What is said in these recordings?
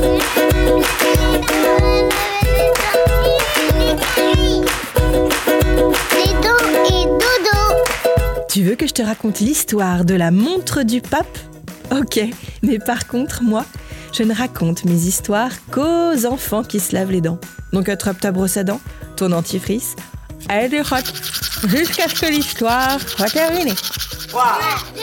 Tu veux que je te raconte l'histoire de la montre du pape ? Ok, mais par contre, moi, je ne raconte mes histoires qu'aux enfants qui se lavent les dents. Donc attrape ta brosse à dents, ton dentifrice, allez, rote, jusqu'à ce que l'histoire soit terminée. 3, 2,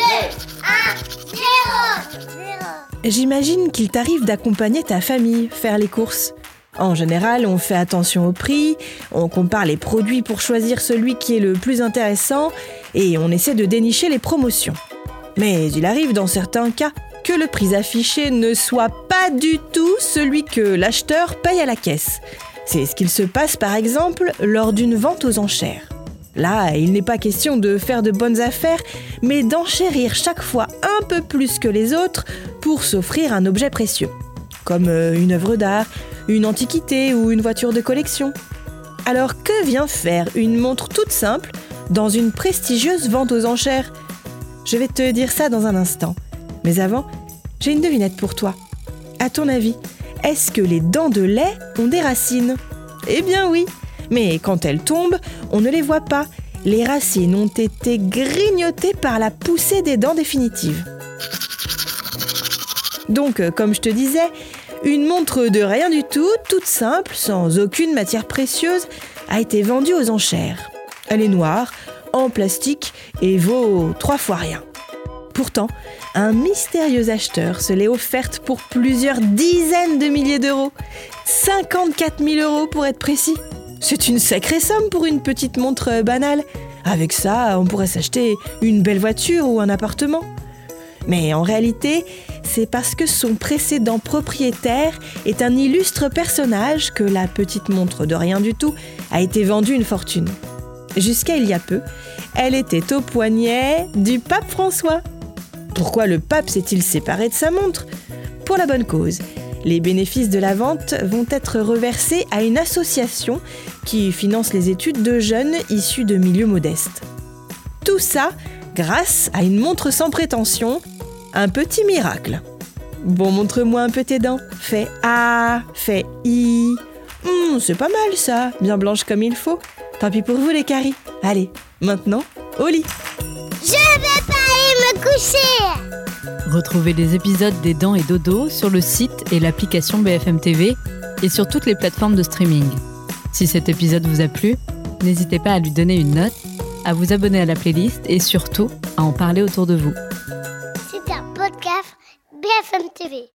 1, 0. J'imagine qu'il t'arrive d'accompagner ta famille faire les courses. En général, on fait attention au prix, on compare les produits pour choisir celui qui est le plus intéressant et on essaie de dénicher les promotions. Mais il arrive dans certains cas que le prix affiché ne soit pas du tout celui que l'acheteur paye à la caisse. C'est ce qu'il se passe par exemple lors d'une vente aux enchères. Là, il n'est pas question de faire de bonnes affaires, mais d'enchérir chaque fois un peu plus que les autres pour s'offrir un objet précieux, comme une œuvre d'art, une antiquité ou une voiture de collection. Alors que vient faire une montre toute simple dans une prestigieuse vente aux enchères ? Je vais te dire ça dans un instant. Mais avant, j'ai une devinette pour toi. À ton avis, est-ce que les dents de lait ont des racines ? Eh bien oui, mais quand elles tombent, on ne les voit pas. Les racines ont été grignotées par la poussée des dents définitives. Donc, comme je te disais, une montre de rien du tout, toute simple, sans aucune matière précieuse, a été vendue aux enchères. Elle est noire, en plastique et vaut 3 fois rien. Pourtant, un mystérieux acheteur se l'est offerte pour plusieurs dizaines de milliers d'euros. 54 000 euros pour être précis. C'est une sacrée somme pour une petite montre banale. Avec ça, on pourrait s'acheter une belle voiture ou un appartement. Mais en réalité, c'est parce que son précédent propriétaire est un illustre personnage que la petite montre de rien du tout a été vendue une fortune. Jusqu'à il y a peu, elle était au poignet du pape François. Pourquoi le pape s'est-il séparé de sa montre ? Pour la bonne cause. Les bénéfices de la vente vont être reversés à une association qui finance les études de jeunes issus de milieux modestes. Tout ça grâce à une montre sans prétention, un petit miracle. Bon, montre-moi un peu tes dents. Fais A, fais I. C'est pas mal ça, bien blanche comme il faut. Tant pis pour vous les caries. Allez, maintenant, au lit. Je vais pas aller me coucher. Retrouvez les épisodes des Dents et Dodo sur le site et l'application BFM TV et sur toutes les plateformes de streaming. Si cet épisode vous a plu, n'hésitez pas à lui donner une note, à vous abonner à la playlist et surtout à en parler autour de vous. C'est un podcast BFM TV.